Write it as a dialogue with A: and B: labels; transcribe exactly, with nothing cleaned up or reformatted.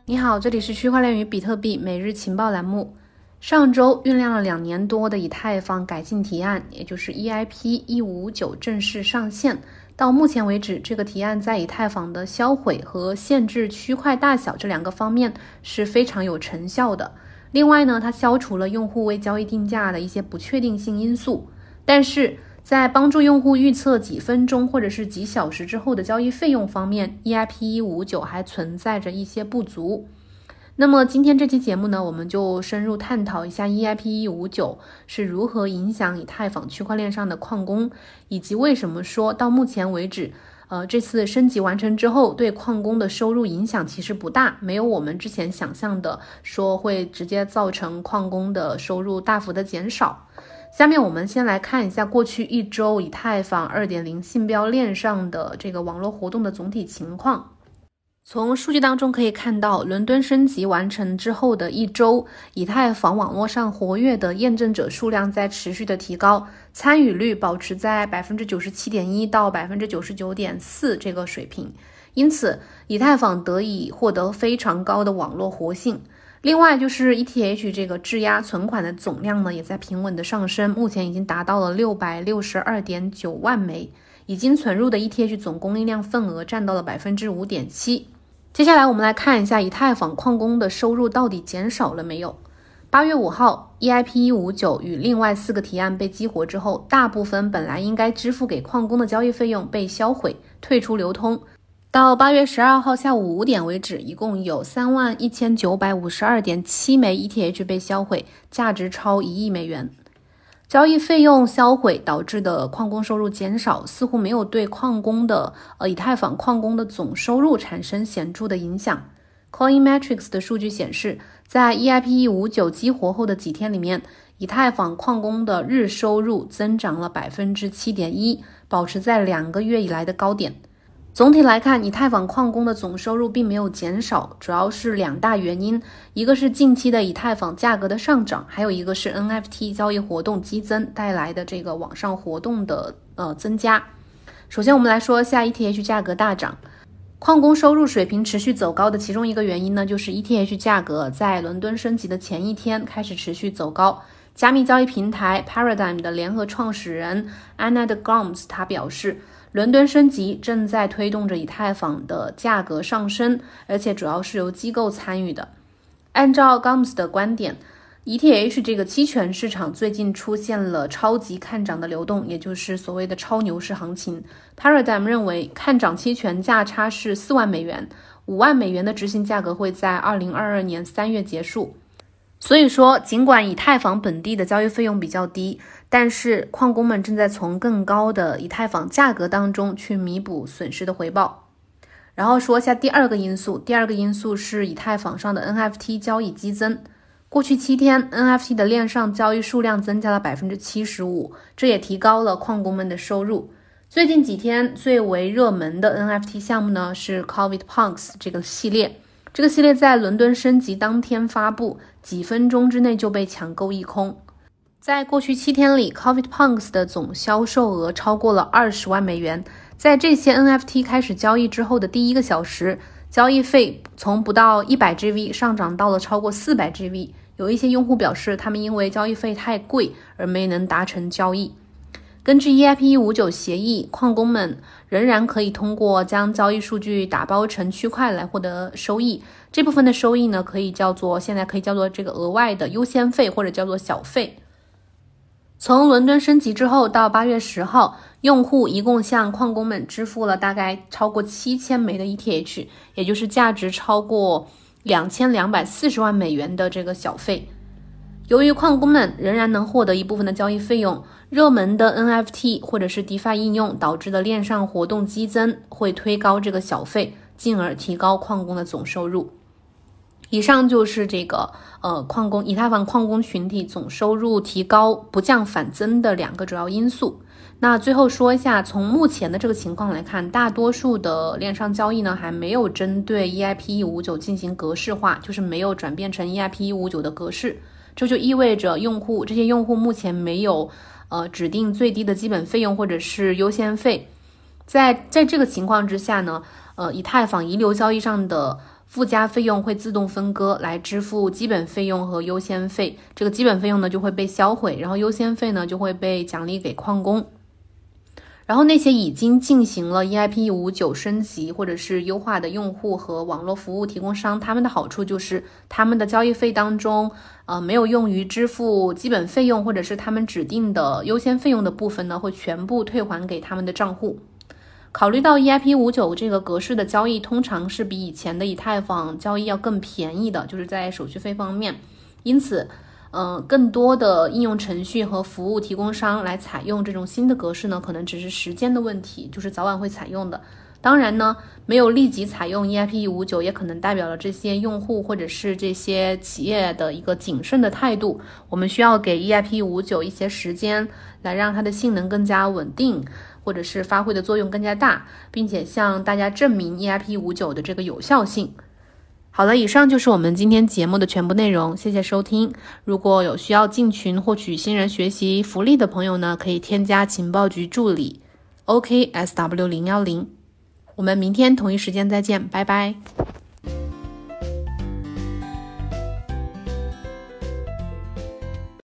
A: 你好，这里是区块链与比特币每日情报栏目。上周酝酿了两年多的以太坊改进提案，也就是 E I P 一五五九正式上线。到目前为止，这个提案在以太坊的销毁和限制区块大小这两个方面是非常有成效的。另外呢，它消除了用户为交易定价的一些不确定性因素，但是在帮助用户预测几分钟或者是几小时之后的交易费用方面 E I P 一五五九还存在着一些不足。那么今天这期节目呢，我们就深入探讨一下 E I P 一五五九 是如何影响以太坊区块链上的矿工，以及为什么说到目前为止呃，这次升级完成之后对矿工的收入影响其实不大，没有我们之前想象的说会直接造成矿工的收入大幅的减少。下面我们先来看一下过去一周以太坊 二点零 信标链上的这个网络活动的总体情况。从数据当中可以看到，伦敦升级完成之后的一周，以太坊网络上活跃的验证者数量在持续的提高，参与率保持在 百分之九十七点一 到 百分之九十九点四 这个水平，因此以太坊得以获得非常高的网络活性。另外就是 E T H 这个质押存款的总量呢，也在平稳的上升，目前已经达到了 六百六十二点九万枚，已经存入的 E T H 总供应量份额占到了 百分之五点七。接下来我们来看一下以太坊矿工的收入到底减少了没有。八月五号 E I P 一五五九 与另外四个提案被激活之后，大部分本来应该支付给矿工的交易费用被销毁，退出流通。到八月十二号下午五点为止，一共有 三万一千九百五十二点七枚 E T H 被销毁，价值超一亿美元。交易费用销毁导致的矿工收入减少，似乎没有对矿工的呃以太坊矿工的总收入产生显著的影响。Coinmetrics 的数据显示，在 E I P 一五五九 激活后的几天里面，以太坊矿工的日收入增长了 百分之七点一， 保持在两个月以来的高点。总体来看，以太坊矿工的总收入并没有减少，主要是两大原因，一个是近期的以太坊价格的上涨，还有一个是 N F T 交易活动激增带来的这个网上活动的呃增加。首先我们来说一下 E T H 价格大涨。矿工收入水平持续走高的其中一个原因呢，就是 E T H 价格在伦敦升级的前一天开始持续走高。加密交易平台 Paradigm 的联合创始人 Anand Gomes 他表示，伦敦升级正在推动着以太坊的价格上升，而且主要是由机构参与的。按照 Gomes 的观点， E T H 这个期权市场最近出现了超级看涨的流动，也就是所谓的超牛市行情。Paradigm 认为看涨期权价差是四万美元，五万美元的执行价格会在二零二二年三月结束。所以说，尽管以太坊本地的交易费用比较低，但是矿工们正在从更高的以太坊价格当中去弥补损失的回报。然后说一下第二个因素，第二个因素是以太坊上的 N F T 交易激增。过去七天 N F T 的链上交易数量增加了 百分之七十五， 这也提高了矿工们的收入。最近几天最为热门的 N F T 项目呢是 CovidPunks 这个系列。这个系列在伦敦升级当天发布，几分钟之内就被抢购一空。在过去七天里 CovidPunks 的总销售额超过了二十万美元。在这些 N F T 开始交易之后的第一个小时，交易费从不到一百 G V 上涨到了超过四百 G V。 有一些用户表示，他们因为交易费太贵而没能达成交易。根据 E I P 一五五九 协议，矿工们仍然可以通过将交易数据打包成区块来获得收益。这部分的收益呢，可以叫做现在可以叫做这个额外的优先费，或者叫做小费。从伦敦升级之后到八月十号，用户一共向矿工们支付了大概超过七千枚的 E T H， 也就是价值超过两千两百四十万美元的这个小费。由于矿工们仍然能获得一部分的交易费用，热门的 N F T 或者是 DeFi 应用导致的链上活动激增会推高这个小费，进而提高矿工的总收入。以上就是这个呃矿工以太坊矿工群体总收入提高不降反增的两个主要因素。那最后说一下，从目前的这个情况来看，大多数的链上交易呢还没有针对 E I P 一五五九 进行格式化，就是没有转变成 E I P 一五五九 的格式。这就意味着用户这些用户目前没有呃指定最低的基本费用或者是优先费。在在这个情况之下呢，呃以太坊遗留交易上的附加费用会自动分割来支付基本费用和优先费，这个基本费用呢就会被销毁，然后优先费呢就会被奖励给矿工。然后那些已经进行了 E I P 一五五九 升级或者是优化的用户和网络服务提供商，他们的好处就是他们的交易费当中呃，没有用于支付基本费用或者是他们指定的优先费用的部分呢，会全部退还给他们的账户。考虑到 E I P 一五九 这个格式的交易通常是比以前的以太坊交易要更便宜的，就是在手续费方面，因此呃，更多的应用程序和服务提供商来采用这种新的格式呢，可能只是时间的问题，就是早晚会采用的。当然呢，没有立即采用 E I P 一五九 也可能代表了这些用户或者是这些企业的一个谨慎的态度。我们需要给 E I P 一五九 一些时间，来让它的性能更加稳定，或者是发挥的作用更加大，并且向大家证明 E I P 一五九 的这个有效性。好了，以上就是我们今天节目的全部内容，谢谢收听。如果有需要进群获取新人学习福利的朋友呢，可以添加情报局助理 O K S W 零一零。我们明天同一时间再见，拜拜。